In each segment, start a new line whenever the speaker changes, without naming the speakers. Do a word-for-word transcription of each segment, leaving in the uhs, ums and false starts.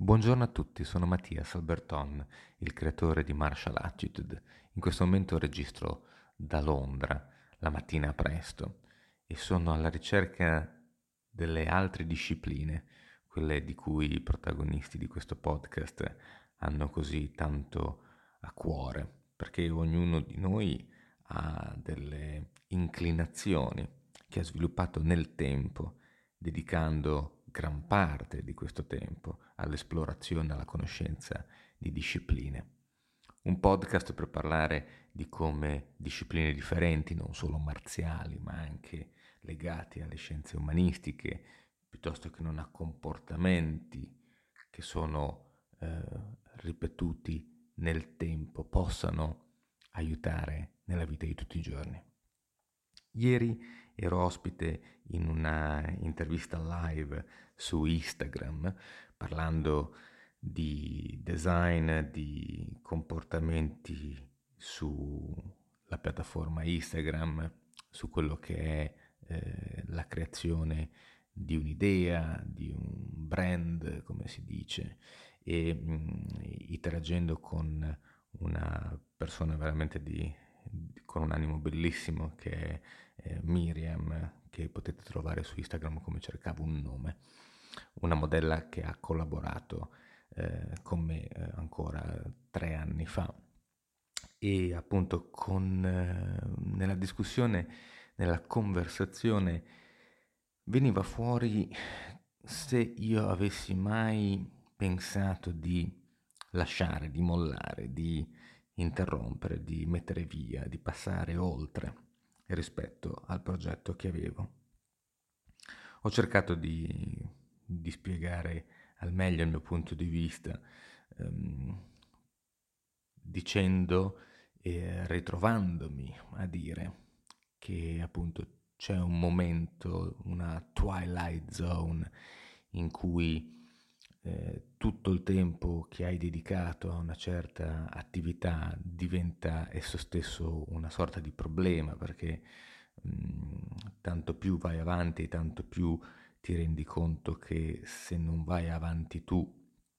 Buongiorno a tutti, sono Mattias Alberton, il creatore di Martial Attitude. In questo momento registro da Londra, la mattina presto, e sono alla ricerca delle altre discipline, quelle di cui i protagonisti di questo podcast hanno così tanto a cuore, perché ognuno di noi ha delle inclinazioni che ha sviluppato nel tempo, dedicando gran parte di questo tempo all'esplorazione, alla conoscenza di discipline. Un podcast per parlare di come discipline differenti, non solo marziali, ma anche legati alle scienze umanistiche, piuttosto che non a comportamenti che sono eh, ripetuti nel tempo, possano aiutare nella vita di tutti i giorni. Ieri ero ospite in una intervista live su Instagram parlando di design, di comportamenti sulla piattaforma Instagram, su quello che è eh, la creazione di un'idea, di un brand, come si dice, e mh, interagendo con una persona veramente di, con un animo bellissimo che è eh, Miriam, che potete trovare su Instagram come cercavo un nome, una modella che ha collaborato eh, con me eh, ancora tre anni fa. E appunto con, eh, nella discussione, nella conversazione, veniva fuori se io avessi mai pensato di lasciare, di mollare, di interrompere, di mettere via, di passare oltre rispetto al progetto che avevo. Ho cercato di, di spiegare al meglio il mio punto di vista, ehm, dicendo e ritrovandomi a dire che appunto c'è un momento, una twilight zone in cui eh, tutto il tempo che hai dedicato a una certa attività diventa esso stesso una sorta di problema perché mh, tanto più vai avanti, tanto più ti rendi conto che se non vai avanti tu,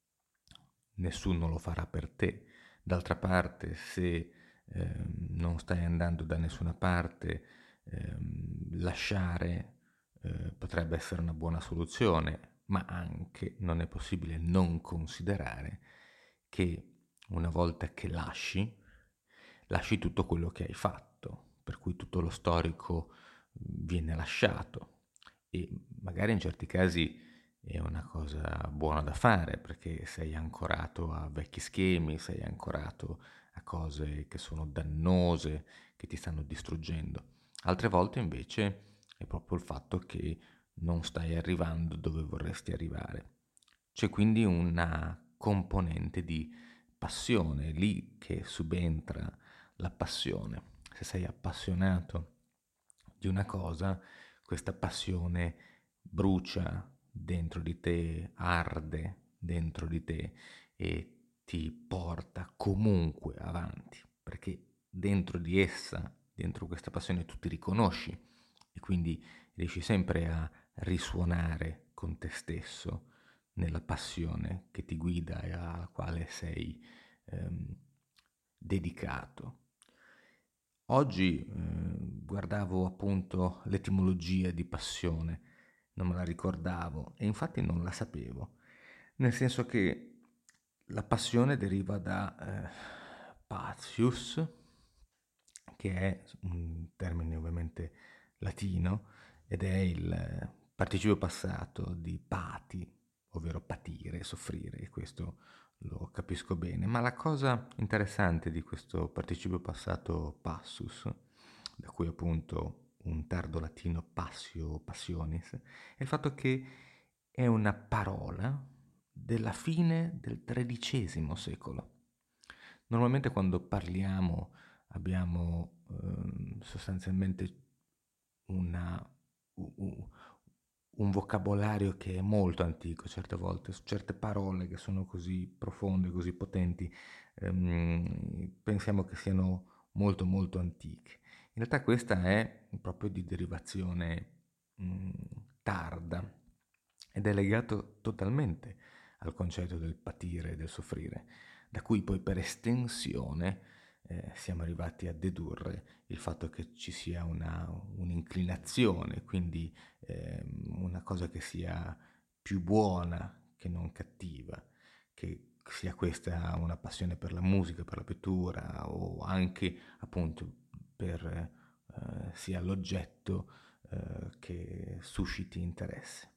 nessuno lo farà per te. D'altra parte, se ehm, non stai andando da nessuna parte, ehm, lasciare eh, potrebbe essere una buona soluzione, ma anche non è possibile non considerare che una volta che lasci, lasci tutto quello che hai fatto, per cui tutto lo storico viene lasciato e magari in certi casi è una cosa buona da fare perché sei ancorato a vecchi schemi, sei ancorato a cose che sono dannose, che ti stanno distruggendo. Altre volte invece è proprio il fatto che non stai arrivando dove vorresti arrivare. C'è quindi una componente di passione, lì che subentra la passione. Se sei appassionato di una cosa, questa passione brucia dentro di te, arde dentro di te e ti porta comunque avanti, perché dentro di essa, dentro questa passione tu ti riconosci e quindi riesci sempre a risuonare con te stesso nella passione che ti guida e alla quale sei ehm, dedicato. Oggi eh, guardavo appunto l'etimologia di passione, non me la ricordavo e infatti non la sapevo, nel senso che la passione deriva da eh, patius, che è un termine ovviamente latino ed è il participio passato di pati, ovvero patire, soffrire, e questo lo capisco bene, ma la cosa interessante di questo participio passato passus, da cui appunto un tardo latino passio, passionis, è il fatto che è una parola della fine del tredicesimo secolo. Normalmente quando parliamo abbiamo ehm, sostanzialmente una, u- u- un vocabolario che è molto antico certe volte, su certe parole che sono così profonde, così potenti, ehm, pensiamo che siano molto molto antiche. In realtà questa è proprio di derivazione mh, tarda ed è legato totalmente al concetto del patire e del soffrire, da cui poi per estensione eh, siamo arrivati a dedurre il fatto che ci sia una, un'inclinazione, quindi eh, una cosa che sia più buona che non cattiva, che sia questa una passione per la musica, per la pittura o anche appunto per eh, sia l'oggetto eh, che susciti interesse.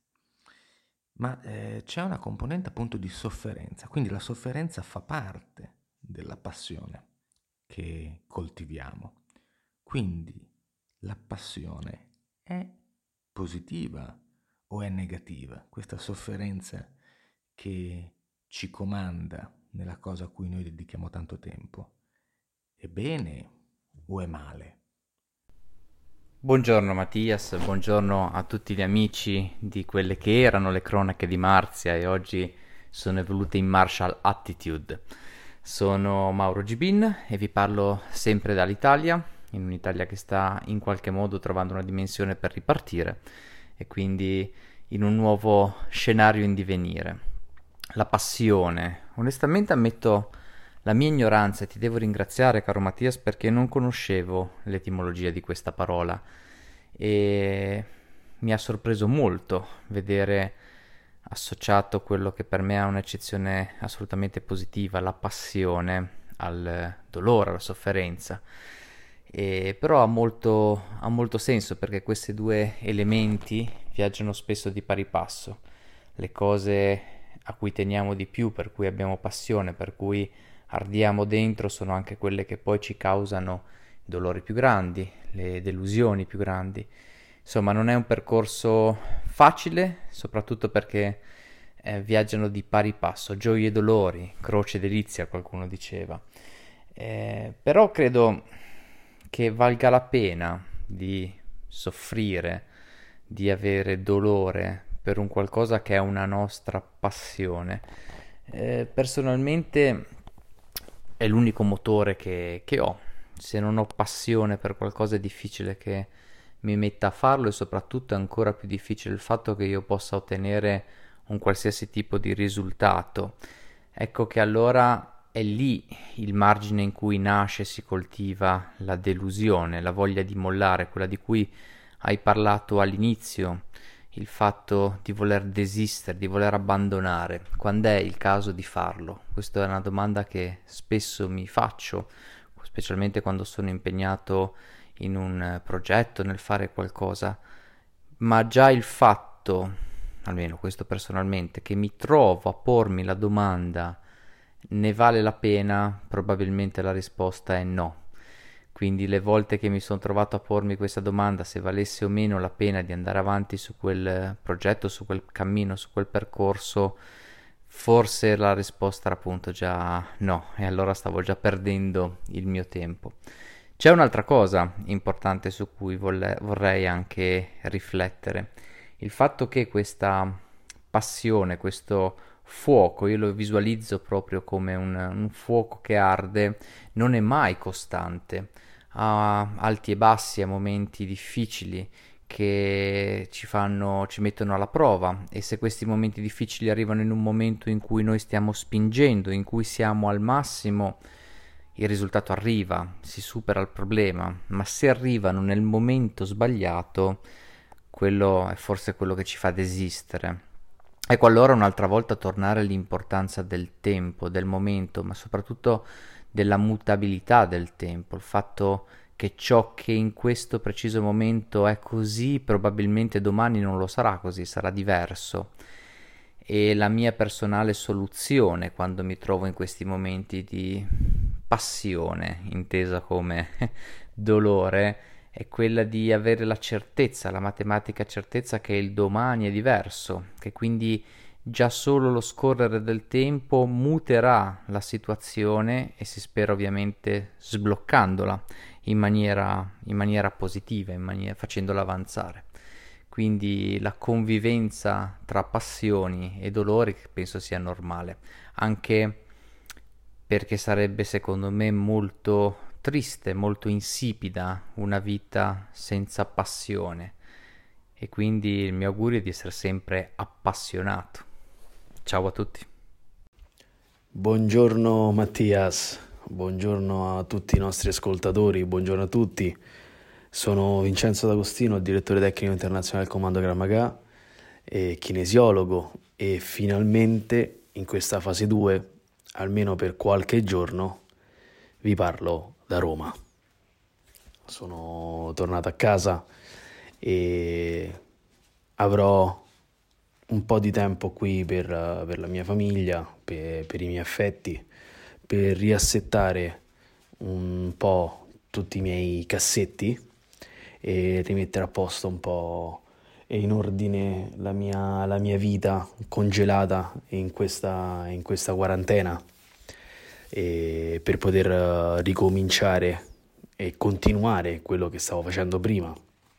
Ma eh, c'è una componente appunto di sofferenza, quindi la sofferenza fa parte della passione che coltiviamo. Quindi la passione è positiva o è negativa? Questa sofferenza che ci comanda nella cosa a cui noi dedichiamo tanto tempo, è bene o è male?
Buongiorno Mattias, buongiorno a tutti gli amici di quelle che erano le cronache di Marzia e oggi sono evolute in Martial Attitude. Sono Mauro Gibin e vi parlo sempre dall'Italia, in un'Italia che sta in qualche modo trovando una dimensione per ripartire e quindi in un nuovo scenario in divenire. La passione. Onestamente ammetto la mia ignoranza e ti devo ringraziare, caro Mattias, perché non conoscevo l'etimologia di questa parola e mi ha sorpreso molto vedere associato quello che per me ha un'eccezione assolutamente positiva, la passione, al dolore, alla sofferenza. E però ha molto, ha molto senso perché questi due elementi viaggiano spesso di pari passo. Le cose a cui teniamo di più, per cui abbiamo passione, per cui ardiamo dentro, sono anche quelle che poi ci causano dolori più grandi, le delusioni più grandi. Insomma, non è un percorso facile, soprattutto perché eh, viaggiano di pari passo, gioie e dolori, croce e delizia, qualcuno diceva. Eh, però credo che valga la pena di soffrire, di avere dolore per un qualcosa che è una nostra passione. Eh, personalmente è l'unico motore che, che ho. Se non ho passione per qualcosa è difficile che mi metta a farlo e soprattutto è ancora più difficile il fatto che io possa ottenere un qualsiasi tipo di risultato. Ecco che allora è lì il margine in cui nasce e si coltiva la delusione, la voglia di mollare, quella di cui hai parlato all'inizio, il fatto di voler desistere, di voler abbandonare. Quando è il caso di farlo? Questa è una domanda che spesso mi faccio, specialmente quando sono impegnato in un progetto, nel fare qualcosa, ma già il fatto, almeno questo personalmente, che mi trovo a pormi la domanda ne vale la pena, probabilmente la risposta è no. Quindi le volte che mi sono trovato a pormi questa domanda se valesse o meno la pena di andare avanti su quel progetto, su quel cammino, su quel percorso, forse la risposta era appunto già no, e allora stavo già perdendo il mio tempo. C'è un'altra cosa importante su cui volle- vorrei anche riflettere, il fatto che questa passione, questo fuoco, io lo visualizzo proprio come un, un fuoco che arde, non è mai costante, ha alti e bassi, ha momenti difficili che ci fanno, ci mettono alla prova e se questi momenti difficili arrivano in un momento in cui noi stiamo spingendo, in cui siamo al massimo, il risultato arriva, si supera il problema, ma se arrivano nel momento sbagliato, quello è forse quello che ci fa desistere. Ecco allora un'altra volta tornare all'importanza del tempo, del momento, ma soprattutto della mutabilità del tempo, il fatto che ciò che in questo preciso momento è così, probabilmente domani non lo sarà così, sarà diverso. E la mia personale soluzione quando mi trovo in questi momenti di passione, intesa come dolore, è quella di avere la certezza, la matematica certezza che il domani è diverso, che quindi già solo lo scorrere del tempo muterà la situazione e si spera ovviamente sbloccandola in maniera, in maniera positiva, in maniera, facendola avanzare. Quindi la convivenza tra passioni e dolori penso sia normale, anche perché sarebbe secondo me molto triste, molto insipida una vita senza passione e quindi il mio augurio è di essere sempre appassionato. Ciao a tutti.
Buongiorno Mattias, buongiorno a tutti i nostri ascoltatori, buongiorno a tutti. Sono Vincenzo D'Agostino, direttore tecnico internazionale del Comando Krav Maga e kinesiologo, e finalmente in questa fase due, almeno per qualche giorno, vi parlo da Roma. Sono tornato a casa e avrò un po' di tempo qui per, per la mia famiglia, per, per i miei affetti, per riassettare un po' tutti i miei cassetti e rimettere a posto un po' e in ordine la mia, la mia vita congelata in questa, in questa quarantena, e per poter eh, ricominciare e continuare quello che stavo facendo prima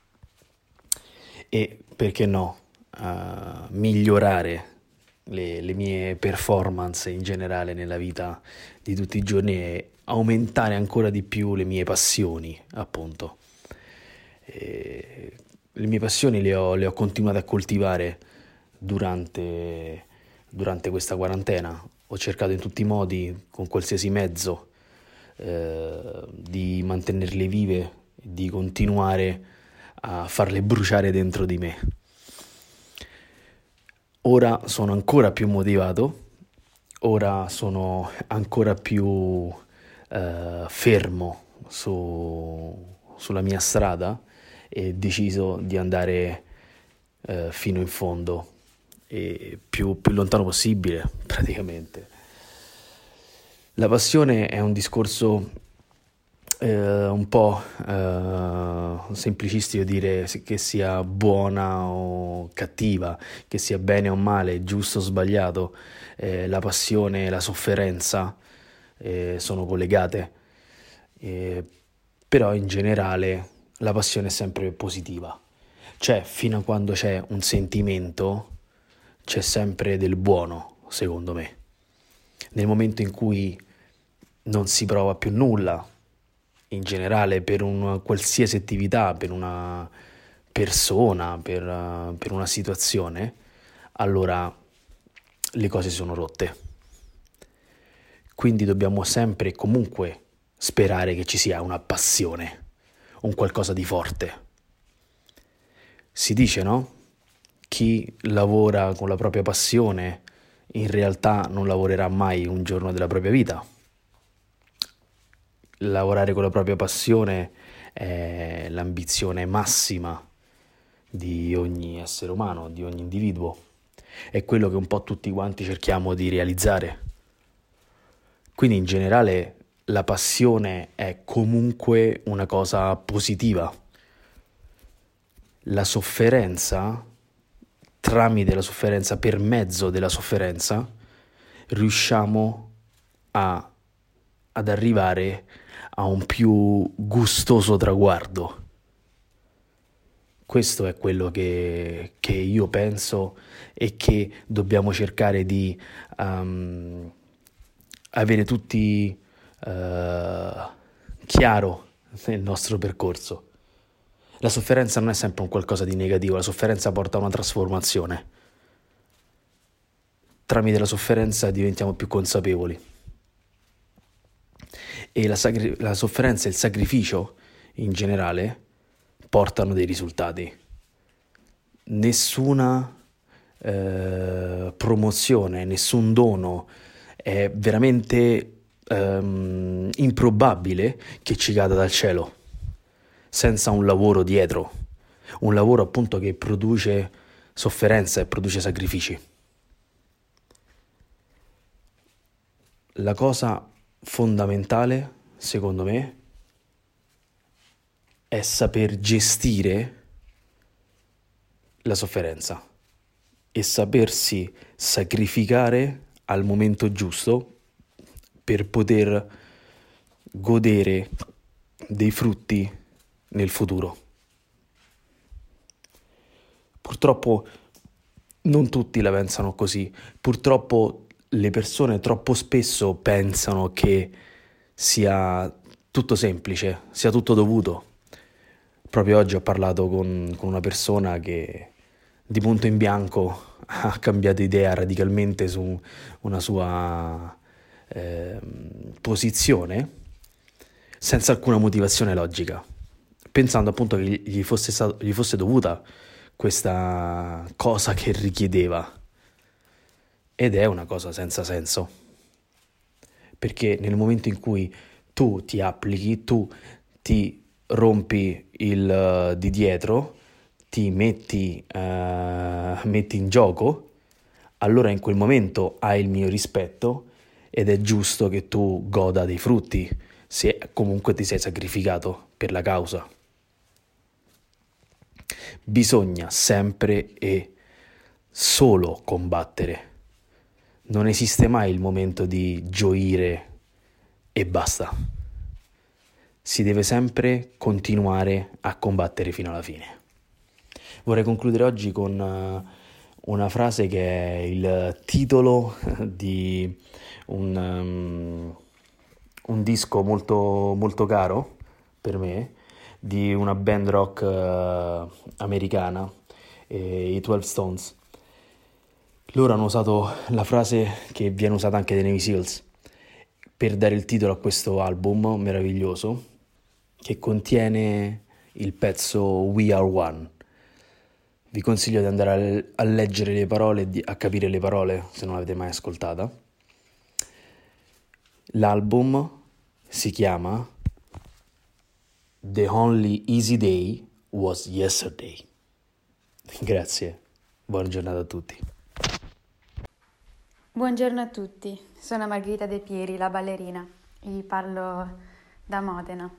e, perché no, uh, migliorare le, le mie performance in generale nella vita di tutti i giorni e aumentare ancora di più le mie passioni, appunto. E le mie passioni le ho, le ho continuate a coltivare durante, durante questa quarantena. Ho cercato in tutti i modi, con qualsiasi mezzo, eh, di mantenerle vive, di continuare a farle bruciare dentro di me. Ora sono ancora più motivato, ora sono ancora più eh, fermo su, sulla mia strada e deciso di andare eh, fino in fondo e più, più lontano possibile, praticamente. La passione è un discorso eh, un po' eh, semplicistico dire che sia buona o cattiva, che sia bene o male, giusto o sbagliato. Eh, la passione e la sofferenza eh, sono collegate, eh, però in generale la passione è sempre positiva. Cioè, fino a quando c'è un sentimento, c'è sempre del buono, secondo me. Nel momento in cui non si prova più nulla, in generale, per una qualsiasi attività, per una persona, per, uh, per una situazione, allora le cose sono rotte. Quindi dobbiamo sempre e comunque sperare che ci sia una passione, un qualcosa di forte. Si dice, no? Chi lavora con la propria passione in realtà non lavorerà mai un giorno della propria vita. Lavorare con la propria passione è l'ambizione massima di ogni essere umano, di ogni individuo. È quello che un po' tutti quanti cerchiamo di realizzare. Quindi in generale la passione è comunque una cosa positiva. La sofferenza, tramite la sofferenza, per mezzo della sofferenza, riusciamo a, ad arrivare a un più gustoso traguardo. Questo è quello che, che io penso e che dobbiamo cercare di um, avere tutti uh, chiaro nel nostro percorso. La sofferenza non è sempre un qualcosa di negativo, la sofferenza porta a una trasformazione. Tramite la sofferenza diventiamo più consapevoli. E la, sacri- la sofferenza e il sacrificio in generale portano dei risultati. Nessuna eh, promozione, nessun dono è veramente ehm, improbabile che ci cada dal cielo senza un lavoro dietro, un lavoro appunto che produce sofferenza e produce sacrifici. La cosa fondamentale, secondo me, è saper gestire la sofferenza e sapersi sacrificare al momento giusto per poter godere dei frutti nel futuro. Purtroppo non tutti la pensano così. Purtroppo le persone troppo spesso pensano che sia tutto semplice, sia tutto dovuto. Proprio oggi ho parlato con, con una persona che di punto in bianco ha cambiato idea radicalmente su una sua eh, posizione senza alcuna motivazione logica, pensando appunto che gli fosse, stato, gli fosse dovuta questa cosa che richiedeva. Ed è una cosa senza senso, perché nel momento in cui tu ti applichi, tu ti rompi il di dietro, ti metti, uh, metti in gioco, allora in quel momento hai il mio rispetto ed è giusto che tu goda dei frutti, se comunque ti sei sacrificato per la causa. Bisogna sempre e solo combattere. Non esiste mai il momento di gioire e basta. Si deve sempre continuare a combattere fino alla fine. Vorrei concludere oggi con uh, una frase che è il titolo di un, um, un disco molto, molto caro per me, di una band rock uh, americana, eh, i twelve Stones. Loro hanno usato la frase che viene usata anche dai Navy Seals per dare il titolo a questo album meraviglioso, che contiene il pezzo We Are One. Vi consiglio di andare a, a leggere le parole e a capire le parole se non l'avete mai ascoltata. L'album si chiama The Only Easy Day Was Yesterday. Grazie, buona giornata a tutti.
Buongiorno a tutti, sono Margherita De Pieri, la ballerina, e vi parlo da Modena.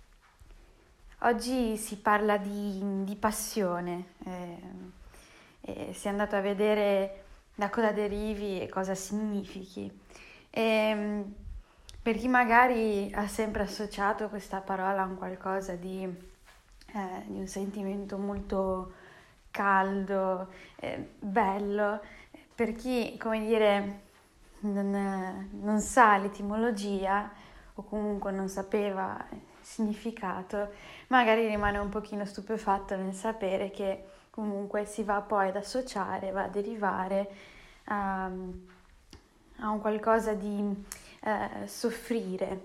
Oggi si parla di, di passione, eh, e si è andato a vedere da cosa derivi e cosa significhi. E, per chi magari ha sempre associato questa parola a un qualcosa di, eh, di un sentimento molto caldo, eh, bello, per chi, come dire, non, non sa l'etimologia o comunque non sapeva il significato, magari rimane un pochino stupefatto nel sapere che comunque si va poi ad associare, va a derivare a, a un qualcosa di eh, soffrire.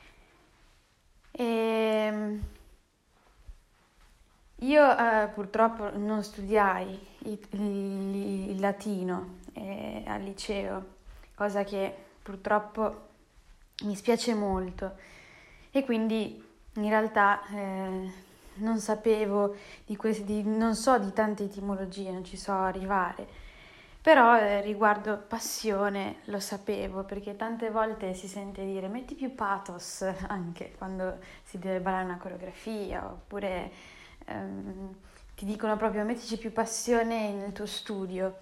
E io eh, purtroppo non studiai il, il, il latino eh, al liceo, cosa che purtroppo mi spiace molto, e quindi in realtà eh, non sapevo di questi, di, non so di tante etimologie, non ci so arrivare, però eh, riguardo passione lo sapevo, perché tante volte si sente dire metti più pathos anche quando si deve ballare una coreografia, oppure ehm, ti dicono proprio mettici più passione nel tuo studio.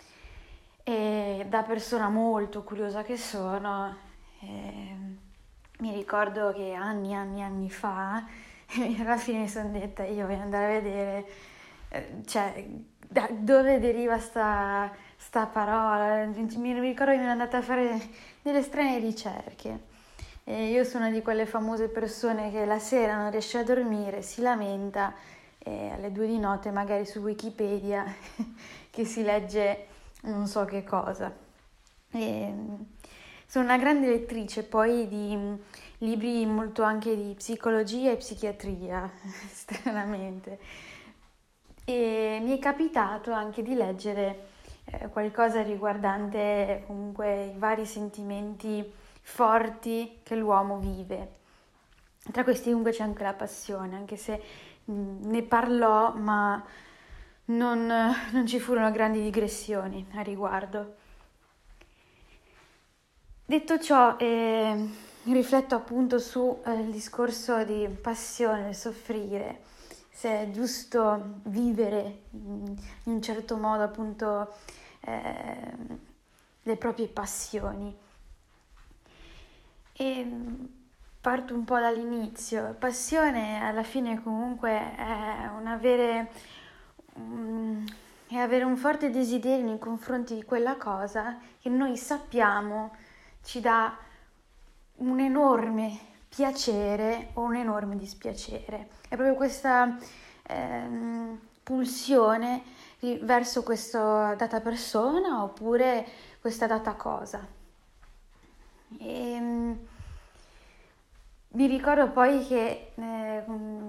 E da persona molto curiosa che sono, eh, mi ricordo che anni, anni, anni fa, alla fine mi sono detta io voglio andare a vedere, eh, cioè, da dove deriva sta, sta parola. Mi ricordo che mi ero andata a fare delle strane ricerche. E io sono di quelle famose persone che la sera non riesce a dormire, si lamenta, e alle due di notte magari su Wikipedia che si legge non so che cosa. E sono una grande lettrice poi di libri molto anche di psicologia e psichiatria, stranamente. E mi è capitato anche di leggere eh, qualcosa riguardante comunque i vari sentimenti forti che l'uomo vive. Tra questi comunque c'è anche la passione, anche se mh, ne parlò, ma non, non ci furono grandi digressioni a riguardo. Detto ciò, eh, rifletto appunto su eh, il discorso di passione, soffrire, se è giusto vivere in un certo modo appunto eh, le proprie passioni. E parto un po' dall'inizio. Passione alla fine comunque è un avere, um, è avere un forte desiderio nei confronti di quella cosa che noi sappiamo ci dà un enorme piacere o un enorme dispiacere. È proprio questa ehm, pulsione verso questa data persona oppure questa data cosa. E, mm, mi ricordo poi che eh,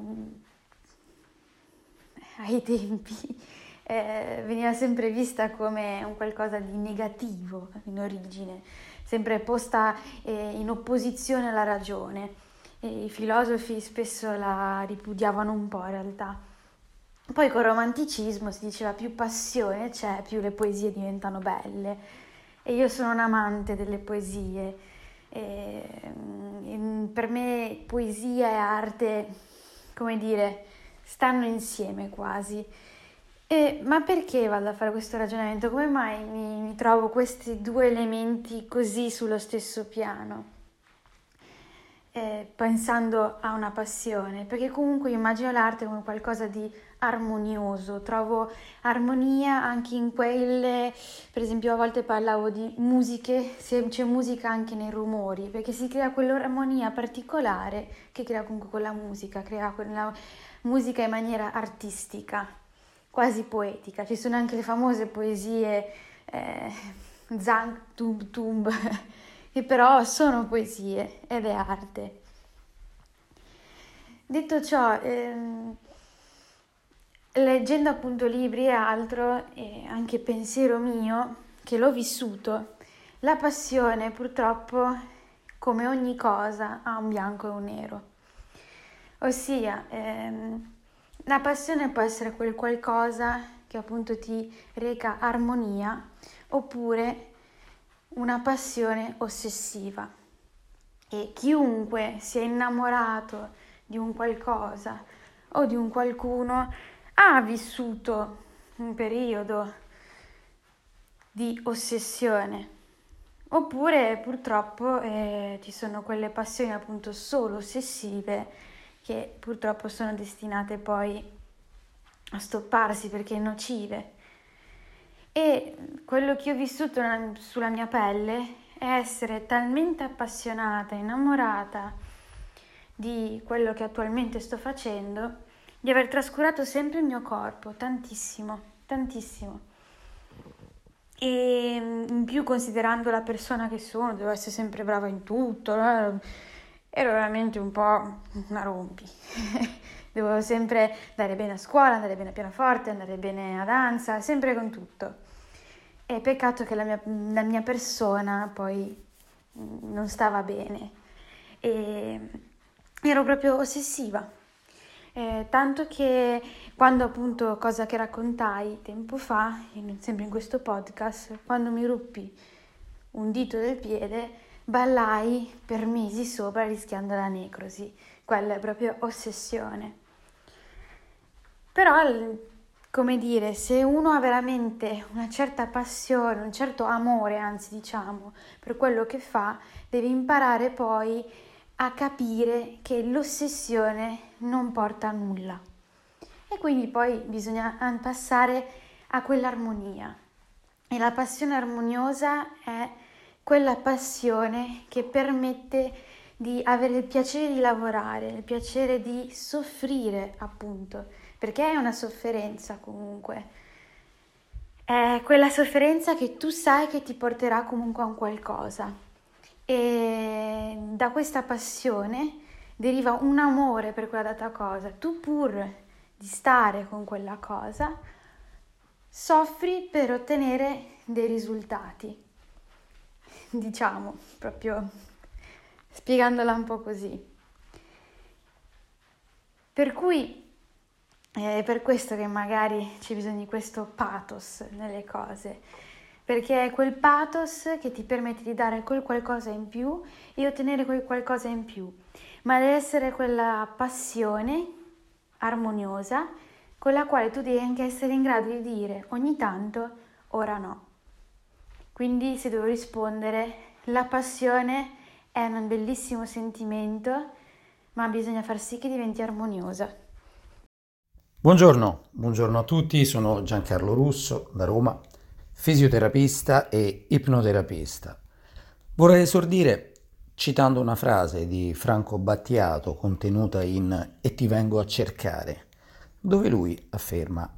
ai tempi eh, veniva sempre vista come un qualcosa di negativo in origine, sempre posta eh, in opposizione alla ragione. E i filosofi spesso la ripudiavano un po' in realtà. Poi col romanticismo si diceva più passione c'è, più le poesie diventano belle. E io sono un amante delle poesie. E, e per me poesia e arte, come dire, stanno insieme quasi. E, ma perché vado a fare questo ragionamento? Come mai mi, mi trovo questi due elementi così sullo stesso piano? Eh, pensando a una passione, perché comunque immagino l'arte come qualcosa di armonioso, trovo armonia anche in quelle, per esempio a volte parlavo di musiche, se c'è musica anche nei rumori, perché si crea quell'armonia particolare che crea comunque quella musica, crea quella musica in maniera artistica, quasi poetica. Ci sono anche le famose poesie eh, Zang Tumb Tumb che però sono poesie ed è arte. Detto ciò, ehm, leggendo appunto libri e altro, e anche pensiero mio, che l'ho vissuto, la passione purtroppo, come ogni cosa, ha un bianco e un nero. Ossia, ehm, la passione può essere quel qualcosa che appunto ti reca armonia, oppure una passione ossessiva. E chiunque sia innamorato di un qualcosa o di un qualcuno ha vissuto un periodo di ossessione, oppure purtroppo eh, ci sono quelle passioni appunto solo ossessive che purtroppo sono destinate poi a stopparsi perché nocive. E quello che ho vissuto sulla mia pelle è essere talmente appassionata, innamorata di quello che attualmente sto facendo, di aver trascurato sempre il mio corpo, tantissimo, tantissimo. E in più, considerando la persona che sono, devo essere sempre brava in tutto, ero veramente un po' una rompi. Dovevo sempre andare bene a scuola, andare bene a pianoforte, andare bene a danza, sempre con tutto. E peccato che la mia, la mia persona poi non stava bene. E ero proprio ossessiva. Eh, tanto che quando appunto, cosa che raccontai tempo fa, in, sempre in questo podcast, quando mi ruppi un dito del piede, ballai per mesi sopra rischiando la necrosi. Quella è proprio ossessione. Però, come dire, se uno ha veramente una certa passione, un certo amore, anzi diciamo, per quello che fa, deve imparare poi a capire che l'ossessione non porta a nulla. E quindi poi bisogna passare a quell'armonia. E la passione armoniosa è quella passione che permette di avere il piacere di lavorare, il piacere di soffrire, appunto, perché è una sofferenza comunque. È quella sofferenza che tu sai che ti porterà comunque a un qualcosa. E da questa passione deriva un amore per quella data cosa. Tu, pur di stare con quella cosa, soffri per ottenere dei risultati, diciamo, proprio spiegandola un po' così. Per cui è per questo che magari c'è bisogno di questo pathos nelle cose, perché è quel pathos che ti permette di dare quel qualcosa in più e ottenere quel qualcosa in più, ma deve essere quella passione armoniosa con la quale tu devi anche essere in grado di dire ogni tanto ora no. Quindi, se devo rispondere, la passione è un bellissimo sentimento, ma bisogna far sì che diventi armoniosa.
Buongiorno, buongiorno a tutti, sono Giancarlo Russo da Roma, fisioterapista e ipnoterapista. Vorrei esordire citando una frase di Franco Battiato contenuta in E ti vengo a cercare, dove lui afferma: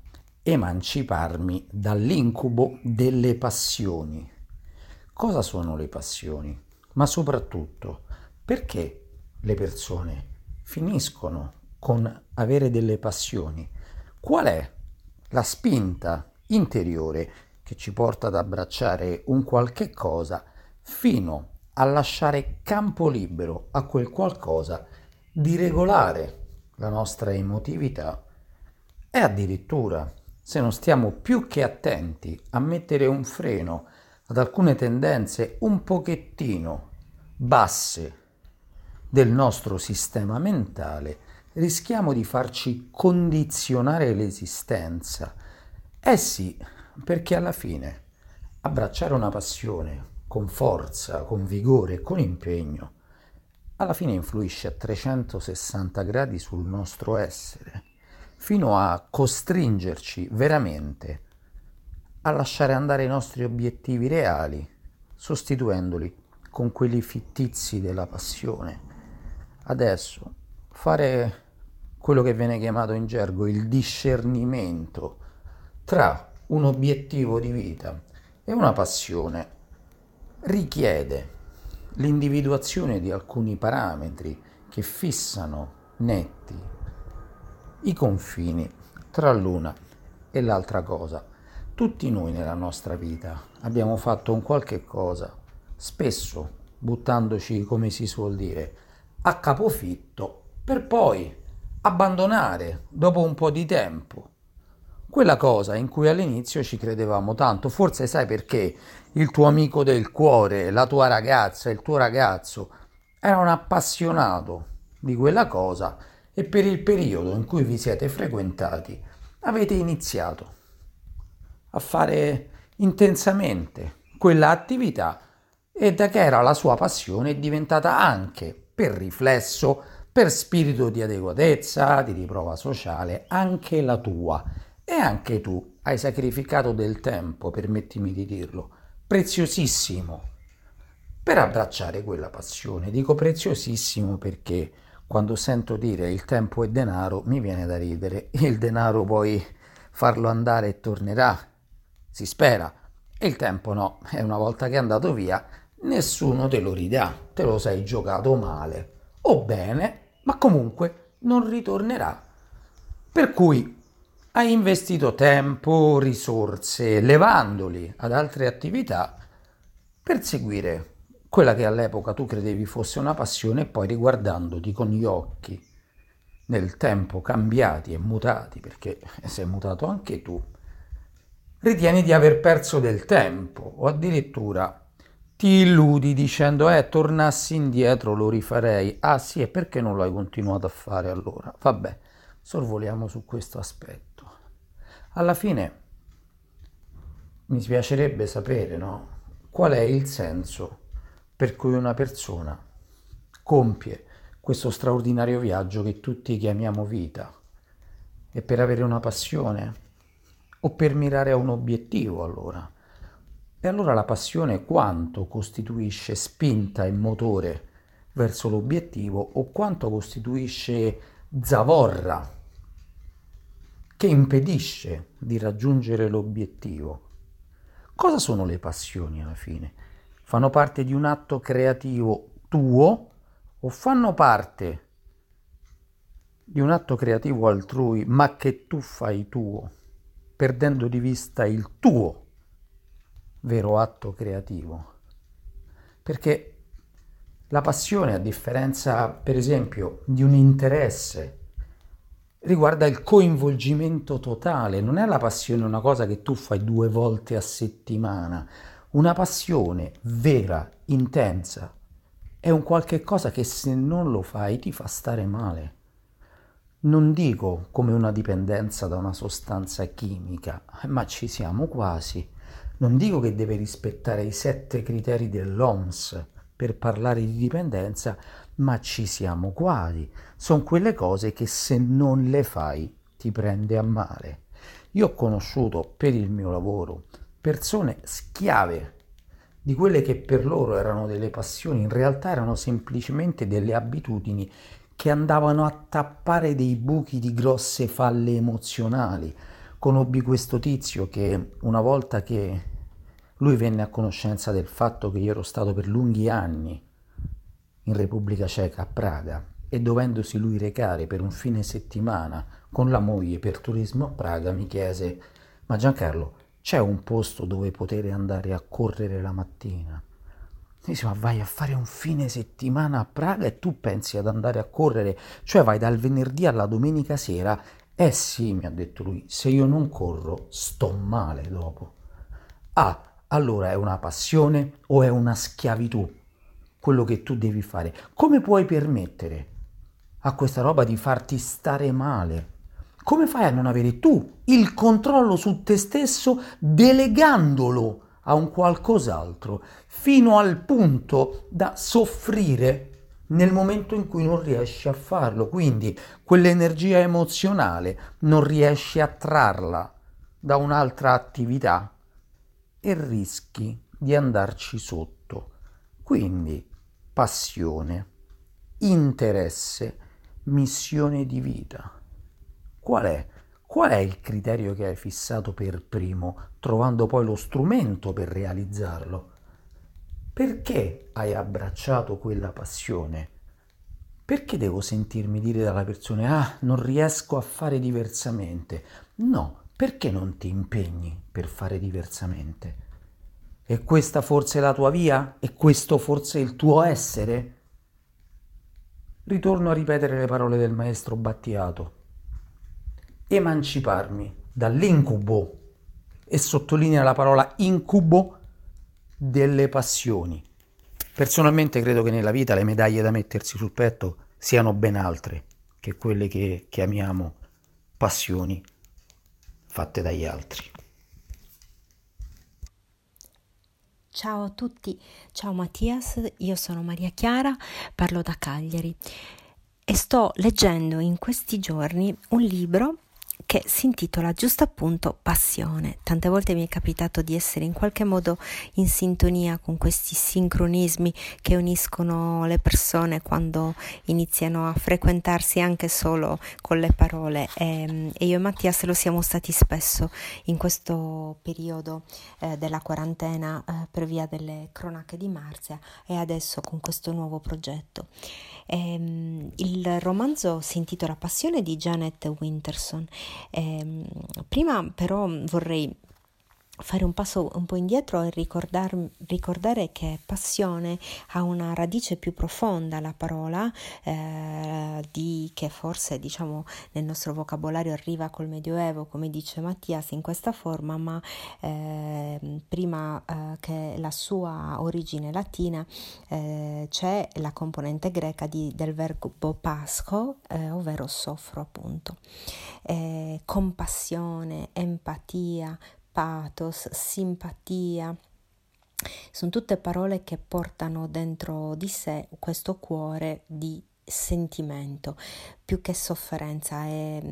emanciparmi dall'incubo delle passioni. Cosa sono le passioni? ma soprattutto perché le persone finiscono con avere delle passioni? Qual è la spinta interiore che ci porta ad abbracciare un qualche cosa fino a lasciare campo libero a quel qualcosa di regolare la nostra emotività e addirittura, se non stiamo più che attenti a mettere un freno ad alcune tendenze un pochettino basse del nostro sistema mentale, rischiamo di farci condizionare l'esistenza. Eh sì, perché alla fine abbracciare una passione con forza, con vigore, con impegno, alla fine influisce a trecentosessanta gradi sul nostro essere, fino a costringerci veramente a lasciare andare i nostri obiettivi reali, sostituendoli con quelli fittizi della passione. Adesso, fare quello che viene chiamato in gergo il discernimento tra un obiettivo di vita e una passione richiede l'individuazione di alcuni parametri che fissano netti i confini tra l'una e l'altra cosa. Tutti noi nella nostra vita abbiamo fatto un qualche cosa, spesso buttandoci, come si suol dire, a capofitto, per poi abbandonare dopo un po' di tempo quella cosa in cui all'inizio ci credevamo tanto. Forse sai perché il tuo amico del cuore, la tua ragazza, il tuo ragazzo era un appassionato di quella cosa e per il periodo in cui vi siete frequentati avete iniziato a fare intensamente quella attività e da che era la sua passione è diventata anche, per riflesso, per spirito di adeguatezza, di riprova sociale, anche la tua. E anche tu hai sacrificato del tempo, permettimi di dirlo, preziosissimo, per abbracciare quella passione. Dico preziosissimo perché quando sento dire il tempo è denaro mi viene da ridere. Il denaro poi farlo andare e tornerà, si spera, e il tempo no, e una volta che è andato via nessuno te lo ridà, te lo sei giocato male o bene, ma comunque non ritornerà. Per cui hai investito tempo, risorse, levandoli ad altre attività per seguire quella che all'epoca tu credevi fosse una passione e poi riguardandoti con gli occhi nel tempo cambiati e mutati, perché sei mutato anche tu, ritieni di aver perso del tempo o addirittura ti illudi dicendo eh, tornassi indietro lo rifarei. Ah sì, e perché non l'hai continuato a fare allora? Vabbè, sorvoliamo su questo aspetto. Alla fine mi piacerebbe sapere, no? Qual è il senso per cui una persona compie questo straordinario viaggio che tutti chiamiamo vita? È per avere una passione? O per mirare a un obiettivo, allora? E allora la passione quanto costituisce spinta e motore verso l'obiettivo o quanto costituisce zavorra che impedisce di raggiungere l'obiettivo? Cosa sono le passioni alla fine? Fanno parte di un atto creativo tuo o fanno parte di un atto creativo altrui ma che tu fai tuo, perdendo di vista il tuo vero atto creativo? Perché la passione, a differenza per esempio di un interesse, riguarda il coinvolgimento totale. Non è la passione una cosa che tu fai due volte a settimana. Una passione vera, intensa, è un qualche cosa che se non lo fai ti fa stare male. Non dico come una dipendenza da una sostanza chimica, ma ci siamo quasi. Non dico che deve rispettare i sette criteri dell'O M S per parlare di dipendenza, ma ci siamo quasi. Sono quelle cose che se non le fai ti prende a male. Io ho conosciuto per il mio lavoro persone schiave di quelle che per loro erano delle passioni, in realtà erano semplicemente delle abitudini che andavano a tappare dei buchi di grosse falle emozionali. Conobbi questo tizio che una volta che lui venne a conoscenza del fatto che io ero stato per lunghi anni in Repubblica Ceca, a Praga, e dovendosi lui recare per un fine settimana con la moglie per turismo a Praga, mi chiese: ma Giancarlo, c'è un posto dove poter andare a correre la mattina? Mi dice: ma vai a fare un fine settimana a Praga e tu pensi ad andare a correre? Cioè vai dal venerdì alla domenica sera? Eh sì, mi ha detto lui, se io non corro sto male dopo. Ah, allora è una passione o è una schiavitù quello che tu devi fare? Come puoi permettere a questa roba di farti stare male? Come fai a non avere tu il controllo su te stesso delegandolo a un qualcos'altro fino al punto da soffrire nel momento in cui non riesci a farlo? Quindi quell'energia emozionale non riesci a trarla da un'altra attività e rischi di andarci sotto. Quindi passione, interesse, missione di vita. Qual è? Qual è il criterio che hai fissato per primo, trovando poi lo strumento per realizzarlo? Perché hai abbracciato quella passione? Perché devo sentirmi dire dalla persona: ah, non riesco a fare diversamente? No, perché non ti impegni per fare diversamente? E questa forse è la tua via? E questo forse è il tuo essere? Ritorno a ripetere le parole del maestro Battiato: emanciparmi dall'incubo, e sottolinea la parola incubo, delle passioni. Personalmente credo che nella vita le medaglie da mettersi sul petto siano ben altre che quelle che chiamiamo passioni fatte dagli altri.
Ciao a tutti, ciao Mattias, io sono Maria Chiara, parlo da Cagliari e sto leggendo in questi giorni un libro che si intitola giusto appunto Passione. Tante volte mi è capitato di essere in qualche modo in sintonia con questi sincronismi che uniscono le persone quando iniziano a frequentarsi anche solo con le parole, e, e io e Mattias lo siamo stati spesso in questo periodo eh, della quarantena eh, per via delle cronache di Marzia, e adesso con questo nuovo progetto. E, il romanzo si intitola Passione di Janet Winterson. Eh, prima però vorrei fare un passo un po' indietro e ricordar, ricordare che passione ha una radice più profonda, la parola eh, di, che forse diciamo nel nostro vocabolario arriva col Medioevo, come dice Mattias, in questa forma, ma eh, prima eh, che la sua origine latina eh, c'è la componente greca di, del verbo pasco, eh, ovvero soffro appunto. Eh, compassione, empatia, pathos, simpatia, sono tutte parole che portano dentro di sé questo cuore di sentimento, più che sofferenza. È,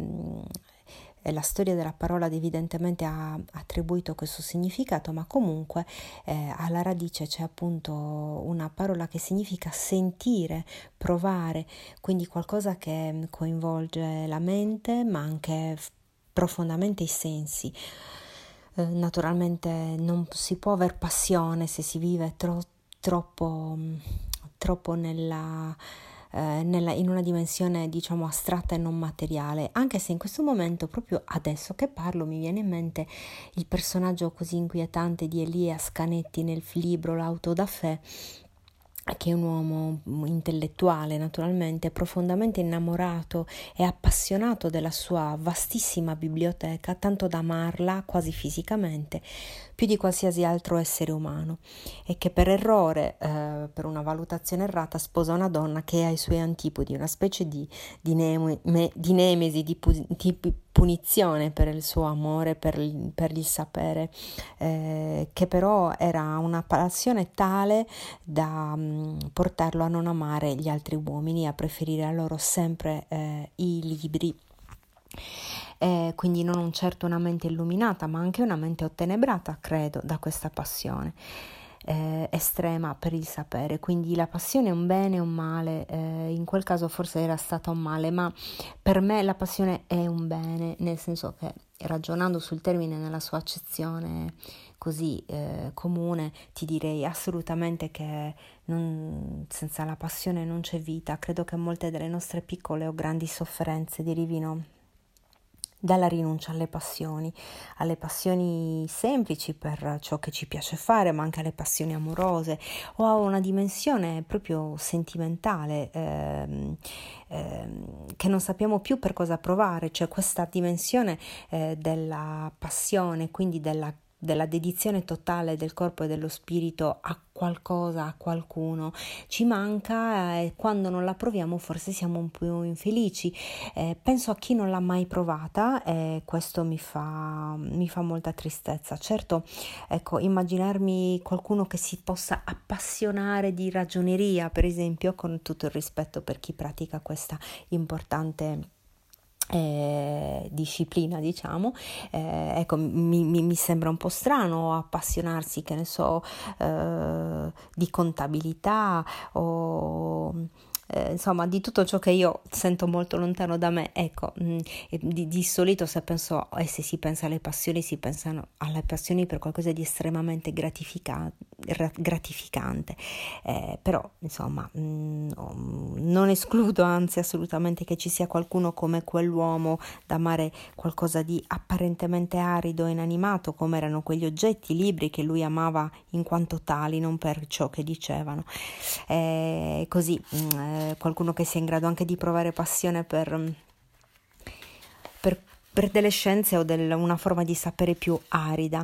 è la storia della parola evidentemente ha attribuito questo significato, ma comunque eh, alla radice c'è appunto una parola che significa sentire, provare, quindi qualcosa che coinvolge la mente ma anche profondamente i sensi. Naturalmente non si può aver passione se si vive tro- troppo, troppo nella, eh, nella, in una dimensione diciamo astratta e non materiale, anche se in questo momento, proprio adesso che parlo, mi viene in mente il personaggio così inquietante di Elias Canetti nel libro L'auto da fè, che è un uomo intellettuale, naturalmente profondamente innamorato e appassionato della sua vastissima biblioteca, tanto da amarla quasi fisicamente più di qualsiasi altro essere umano, e che per errore, eh, per una valutazione errata, sposa una donna che è ai suoi antipodi, una specie di, di, ne- me- di nemesi, di, pu- di punizione per il suo amore, per il, per il sapere, eh, che però era una passione tale da mh, portarlo a non amare gli altri uomini, a preferire a loro sempre eh, i libri. Eh, quindi non certo una mente illuminata, ma anche una mente ottenebrata, credo, da questa passione. eh, estrema per il sapere. Quindi la passione è un bene o un male, eh, in quel caso forse era stata un male, ma per me la passione è un bene, nel senso che, ragionando sul termine nella sua accezione così eh, comune, ti direi assolutamente che non, senza la passione non c'è vita. Credo che molte delle nostre piccole o grandi sofferenze derivino dalla rinuncia alle passioni, alle passioni semplici per ciò che ci piace fare, ma anche alle passioni amorose o a una dimensione proprio sentimentale ehm, ehm, che non sappiamo più per cosa provare, cioè questa dimensione eh, della passione, quindi della della dedizione totale del corpo e dello spirito a qualcosa, a qualcuno, ci manca e quando non la proviamo forse siamo un po' infelici. Eh, penso a chi non l'ha mai provata e questo mi fa, mi fa molta tristezza. Certo, ecco, immaginarmi qualcuno che si possa appassionare di ragioneria, per esempio, con tutto il rispetto per chi pratica questa importante Eh, disciplina, diciamo, eh, ecco, mi, mi, mi sembra un po' strano appassionarsi, che ne so, eh, di contabilità o eh, insomma di tutto ciò che io sento molto lontano da me. Ecco, mh, di, di solito se penso e eh, se si pensa alle passioni, si pensano alle passioni per qualcosa di estremamente gratifica, gratificante, eh, però insomma mh, non escludo, anzi assolutamente, che ci sia qualcuno come quell'uomo da amare qualcosa di apparentemente arido e inanimato, come erano quegli oggetti, libri che lui amava in quanto tali, non per ciò che dicevano. Eh, così mh, qualcuno che sia in grado anche di provare passione per, per, per delle scienze o del, una forma di sapere più arida.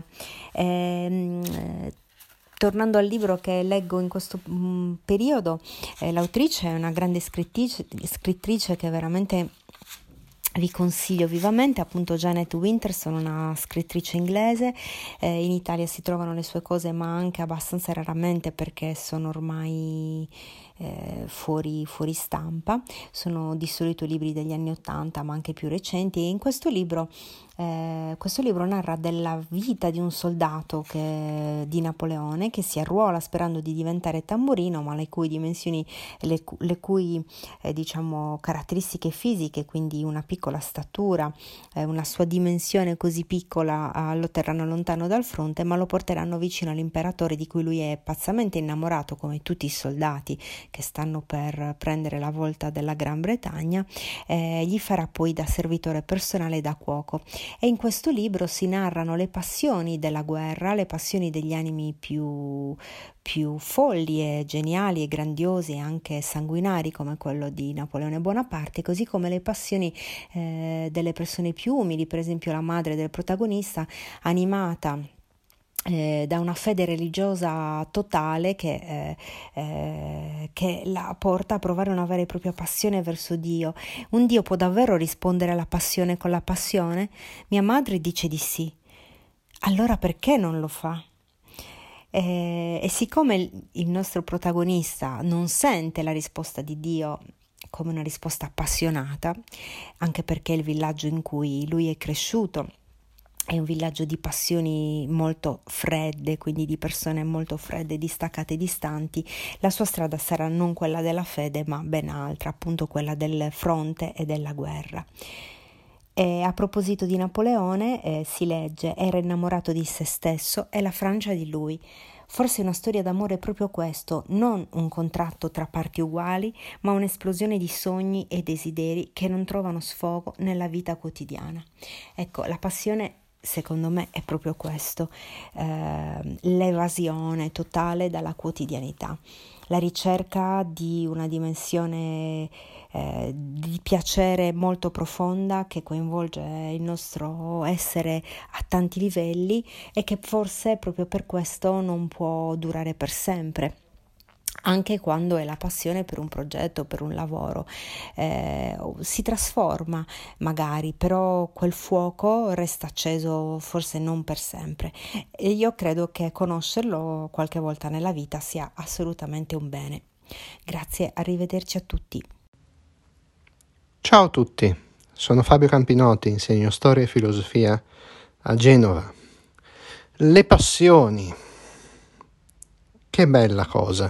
Eh, tornando al libro che leggo in questo mh, periodo, eh, l'autrice è una grande scrittrice, scrittrice che veramente vi consiglio vivamente, appunto Janet Winterson, una scrittrice inglese. Eh, in Italia si trovano le sue cose, ma anche abbastanza raramente perché sono ormai eh, fuori, fuori stampa. Sono di solito libri degli anni Ottanta, ma anche più recenti, e in questo libro Eh, questo libro narra della vita di un soldato che, di Napoleone, che si arruola sperando di diventare tamburino, ma le cui dimensioni, le, le cui eh, diciamo caratteristiche fisiche, quindi una piccola statura, eh, una sua dimensione così piccola, eh, lo terranno lontano dal fronte, ma lo porteranno vicino all'imperatore, di cui lui è pazzamente innamorato, come tutti i soldati che stanno per prendere la volta della Gran Bretagna. Eh, gli farà poi da servitore personale e da cuoco. E in questo libro si narrano le passioni della guerra, le passioni degli animi più, più folli e geniali e grandiosi e anche sanguinari, come quello di Napoleone Bonaparte, così come le passioni eh, delle persone più umili, per esempio la madre del protagonista, animata Eh, da una fede religiosa totale che, eh, eh, che la porta a provare una vera e propria passione verso Dio. Un Dio può davvero rispondere alla passione con la passione? Mia madre dice di sì. Allora perché non lo fa? Eh, e siccome il nostro protagonista non sente la risposta di Dio come una risposta appassionata, anche perché il villaggio in cui lui è cresciuto è un villaggio di passioni molto fredde, quindi di persone molto fredde, distaccate e distanti, la sua strada sarà non quella della fede, ma ben altra, appunto quella del fronte e della guerra. E a proposito di Napoleone, eh, si legge: era innamorato di se stesso e la Francia di lui. Forse una storia d'amore è proprio questo, non un contratto tra parti uguali, ma un'esplosione di sogni e desideri che non trovano sfogo nella vita quotidiana. Ecco, la passione, secondo me, è proprio questo, eh, l'evasione totale dalla quotidianità, la ricerca di una dimensione eh, di piacere molto profonda che coinvolge il nostro essere a tanti livelli e che forse proprio per questo non può durare per sempre. Anche quando è la passione per un progetto, per un lavoro, eh, si trasforma magari, però quel fuoco resta acceso forse non per sempre. E io credo che conoscerlo qualche volta nella vita sia assolutamente un bene. Grazie, arrivederci a tutti.
Ciao a tutti, sono Fabio Campinotti, insegno storia e filosofia a Genova. Le passioni. che bella cosa.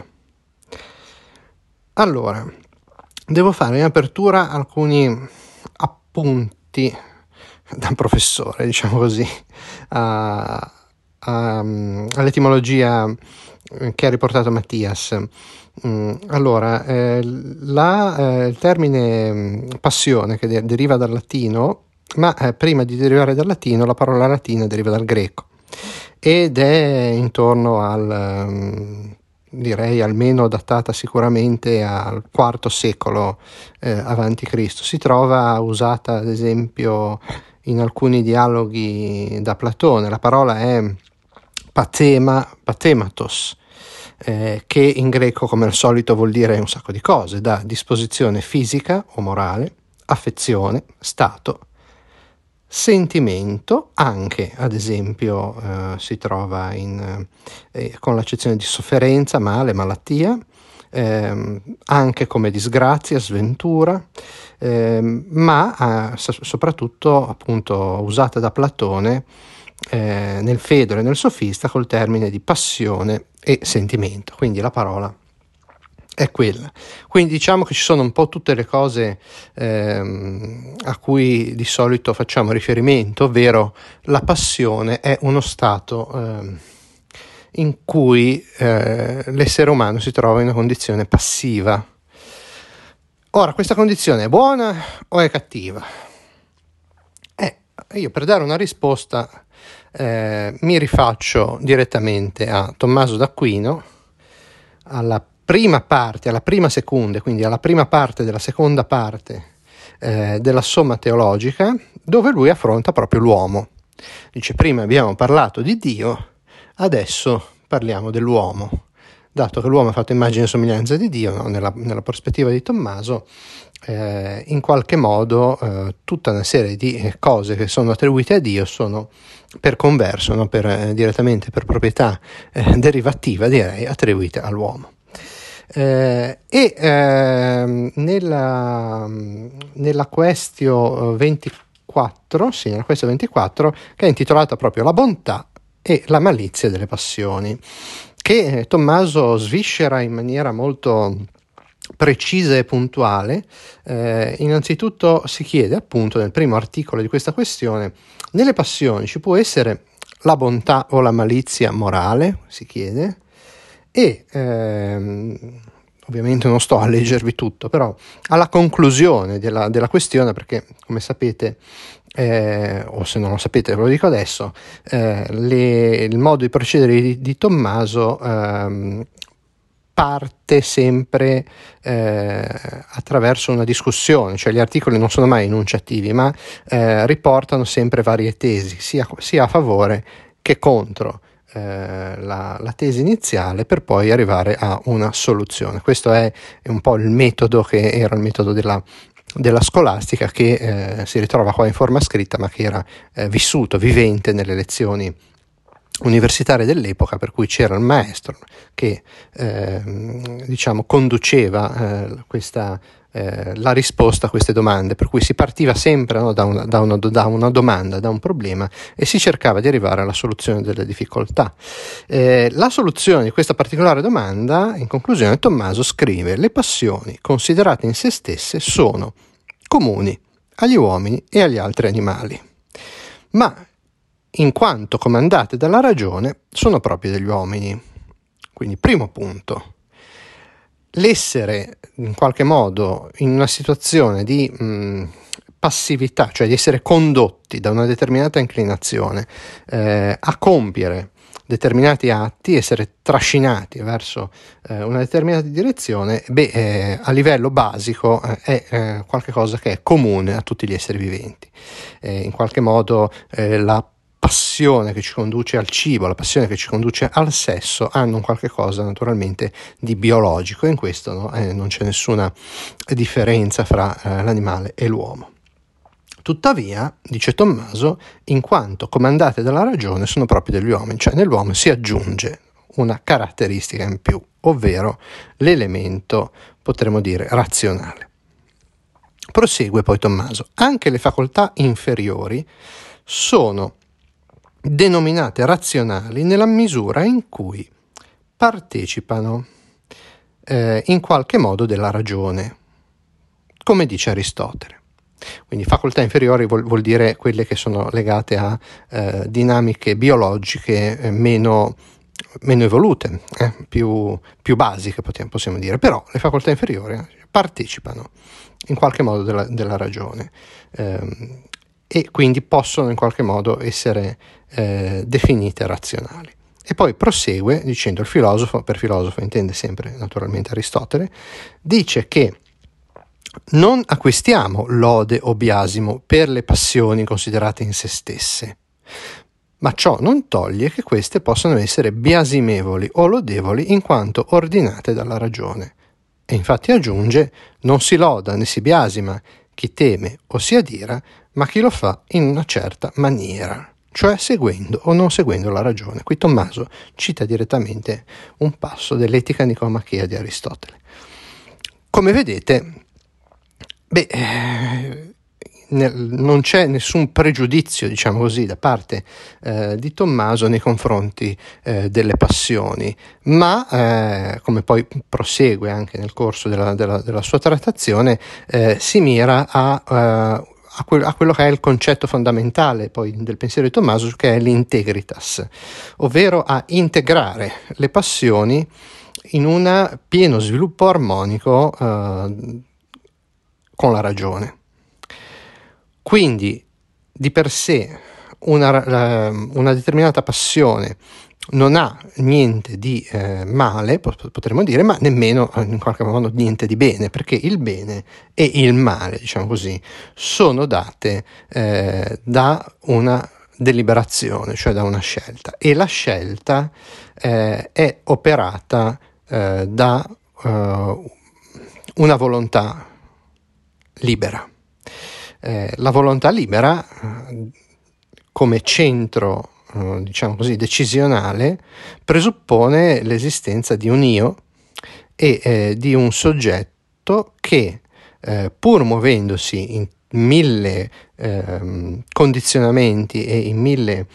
Allora, devo fare in apertura alcuni appunti da professore, diciamo così, a, a, all'etimologia che ha riportato Mattias. Allora, eh, la, eh, il termine passione, che de- deriva dal latino, ma eh, prima di derivare dal latino la parola latina deriva dal greco ed è intorno al, um, direi almeno datata sicuramente al quarto secolo eh, avanti Cristo. Si trova usata ad esempio in alcuni dialoghi da Platone. La parola è patema, patematos, eh, che in greco come al solito vuol dire un sacco di cose, da disposizione fisica o morale, affezione, stato, sentimento, anche ad esempio eh, si trova in, eh, con l'accezione di sofferenza, male, malattia, eh, anche come disgrazia, sventura, eh, ma eh, soprattutto appunto usata da Platone eh, nel Fedro e nel Sofista col termine di passione e sentimento, quindi la parola è quella. Quindi diciamo che ci sono un po' tutte le cose ehm, a cui di solito facciamo riferimento, ovvero la passione è uno stato ehm, in cui eh, l'essere umano si trova in una condizione passiva. Ora, questa condizione è buona o è cattiva? Eh, io per dare una risposta eh, mi rifaccio direttamente a Tommaso d'Aquino, alla prima parte, alla prima seconda, quindi alla prima parte della seconda parte eh, della Somma Teologica, dove lui affronta proprio l'uomo. Dice: prima abbiamo parlato di Dio, adesso parliamo dell'uomo. Dato che l'uomo è fatto immagine e somiglianza di Dio, no? nella, nella prospettiva di Tommaso, eh, in qualche modo eh, tutta una serie di cose che sono attribuite a Dio sono per converso, no? per, eh, direttamente per proprietà eh, derivativa, direi, attribuite all'uomo. Eh, e eh, nella, nella questio ventiquattro, sì, nella questio ventiquattro, che è intitolata proprio La bontà e la malizia delle passioni, che Tommaso sviscera in maniera molto precisa e puntuale. Eh, innanzitutto si chiede, appunto, nel primo articolo di questa questione: nelle passioni ci può essere la bontà o la malizia morale? Si chiede. E ehm, ovviamente non sto a leggervi tutto, però alla conclusione della, della questione, perché come sapete, eh, o se non lo sapete ve lo dico adesso, eh, le, il modo di procedere di, di Tommaso ehm, parte sempre eh, attraverso una discussione, cioè gli articoli non sono mai enunciativi, ma eh, riportano sempre varie tesi, sia, sia a favore che contro La, la tesi iniziale, per poi arrivare a una soluzione. Questo è, è un po' il metodo che era il metodo della, della scolastica, che eh, si ritrova qua in forma scritta, ma che era eh, vissuto, vivente nelle lezioni universitarie dell'epoca, per cui c'era il maestro che eh, diciamo conduceva eh, questa Eh, la risposta a queste domande, per cui si partiva sempre no, da, una, da, una, da una domanda, da un problema, e si cercava di arrivare alla soluzione delle difficoltà. Eh, la soluzione di questa particolare domanda, in conclusione, Tommaso scrive: le passioni considerate in se stesse sono comuni agli uomini e agli altri animali, ma in quanto comandate dalla ragione sono proprie degli uomini. Quindi, primo punto: l'essere in qualche modo in una situazione di mh, passività, cioè di essere condotti da una determinata inclinazione eh, a compiere determinati atti, essere trascinati verso eh, una determinata direzione, beh, eh, a livello basico eh, è eh, qualcosa che è comune a tutti gli esseri viventi. Eh, in qualche modo eh, la passione che ci conduce al cibo, la passione che ci conduce al sesso hanno un qualche cosa naturalmente di biologico, e in questo no, eh, non c'è nessuna differenza fra eh, l'animale e l'uomo. Tuttavia, dice Tommaso, in quanto comandate dalla ragione sono proprio degli uomini, cioè nell'uomo si aggiunge una caratteristica in più, ovvero l'elemento, potremmo dire, razionale. Prosegue poi Tommaso: anche le facoltà inferiori sono denominate razionali nella misura in cui partecipano eh, in qualche modo della ragione, come dice Aristotele. Quindi facoltà inferiori vuol, vuol dire quelle che sono legate a eh, dinamiche biologiche eh, meno, meno evolute, eh, più, più basiche possiamo, possiamo dire, però le facoltà inferiori partecipano in qualche modo della, della ragione ehm, e quindi possono in qualche modo essere eh, definite razionali. E poi prosegue dicendo il filosofo, per filosofo intende sempre naturalmente Aristotele, dice che non acquistiamo lode o biasimo per le passioni considerate in se stesse, ma ciò non toglie che queste possano essere biasimevoli o lodevoli in quanto ordinate dalla ragione. E infatti aggiunge: non si loda né si biasima chi teme o si adira, ma chi lo fa in una certa maniera, cioè seguendo o non seguendo la ragione. Qui Tommaso cita direttamente un passo dell'Etica Nicomachea di Aristotele. Come vedete, beh, eh, nel, non c'è nessun pregiudizio, diciamo così, da parte eh, di Tommaso nei confronti eh, delle passioni, ma eh, come poi prosegue anche nel corso della, della, della sua trattazione, eh, si mira a, uh, a, que- a quello che è il concetto fondamentale poi del pensiero di Tommaso, che è l'integritas, ovvero a integrare le passioni in un pieno sviluppo armonico uh, con la ragione. Quindi di per sé una, una determinata passione non ha niente di eh, male, potremmo dire, ma nemmeno in qualche modo niente di bene, perché il bene e il male, diciamo così, sono date eh, da una deliberazione, cioè da una scelta, e la scelta eh, è operata eh, da eh, una volontà libera. Eh, la volontà libera eh, come centro eh, diciamo così decisionale presuppone l'esistenza di un io e eh, di un soggetto che eh, pur muovendosi in mille eh, condizionamenti e in mille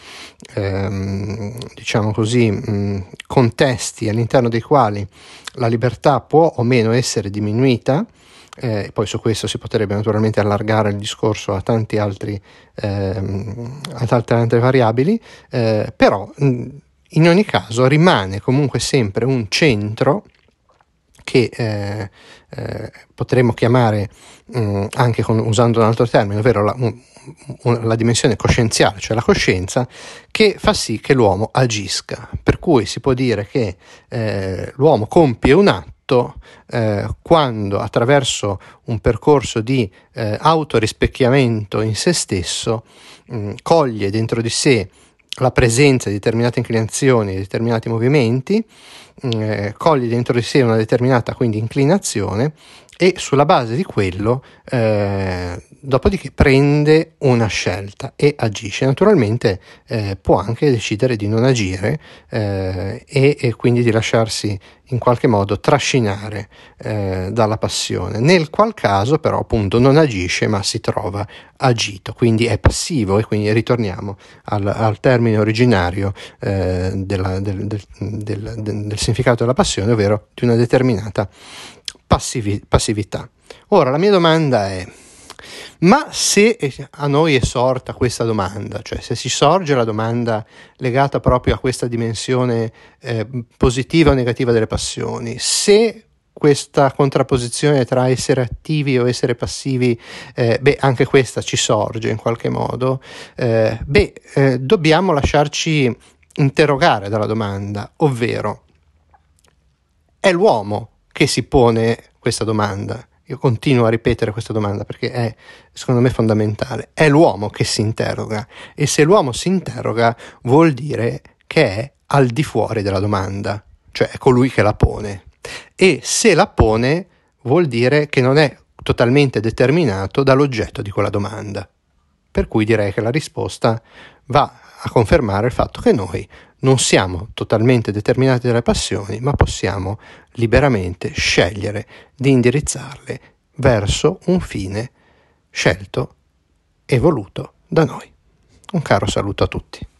eh, diciamo così mh, contesti all'interno dei quali la libertà può o meno essere diminuita. Eh, poi su questo si potrebbe naturalmente allargare il discorso a tanti altri ehm, a tante altre variabili, eh, però mh, in ogni caso rimane comunque sempre un centro che eh, eh, potremmo chiamare mh, anche con, usando un altro termine, ovvero la, un, un, la dimensione coscienziale, cioè la coscienza, che fa sì che l'uomo agisca, per cui si può dire che eh, l'uomo compie un atto Eh, quando attraverso un percorso di eh, autorispecchiamento in se stesso mh, coglie dentro di sé la presenza di determinate inclinazioni, di determinati movimenti, eh, coglie dentro di sé una determinata quindi inclinazione e sulla base di quello eh, dopodiché prende una scelta e agisce. Naturalmente eh, può anche decidere di non agire eh, e, e quindi di lasciarsi in qualche modo trascinare eh, dalla passione, nel qual caso però appunto non agisce ma si trova agito, quindi è passivo, e quindi ritorniamo al, al termine originario eh, della, del, del, del, del, del significato della passione, ovvero di una determinata passivi, passività. Ora la mia domanda è: ma se a noi è sorta questa domanda, cioè se si sorge la domanda legata proprio a questa dimensione eh, positiva o negativa delle passioni, se questa contrapposizione tra essere attivi o essere passivi, eh, beh, anche questa ci sorge in qualche modo, eh, beh, eh, dobbiamo lasciarci interrogare dalla domanda, ovvero è l'uomo che si pone questa domanda. Io continuo a ripetere questa domanda perché è, secondo me, fondamentale. È l'uomo che si interroga, e se l'uomo si interroga vuol dire che è al di fuori della domanda, cioè è colui che la pone, e se la pone vuol dire che non è totalmente determinato dall'oggetto di quella domanda. Per cui direi che la risposta va a confermare il fatto che noi non siamo totalmente determinati dalle passioni, ma possiamo liberamente scegliere di indirizzarle verso un fine scelto e voluto da noi. Un caro saluto a tutti.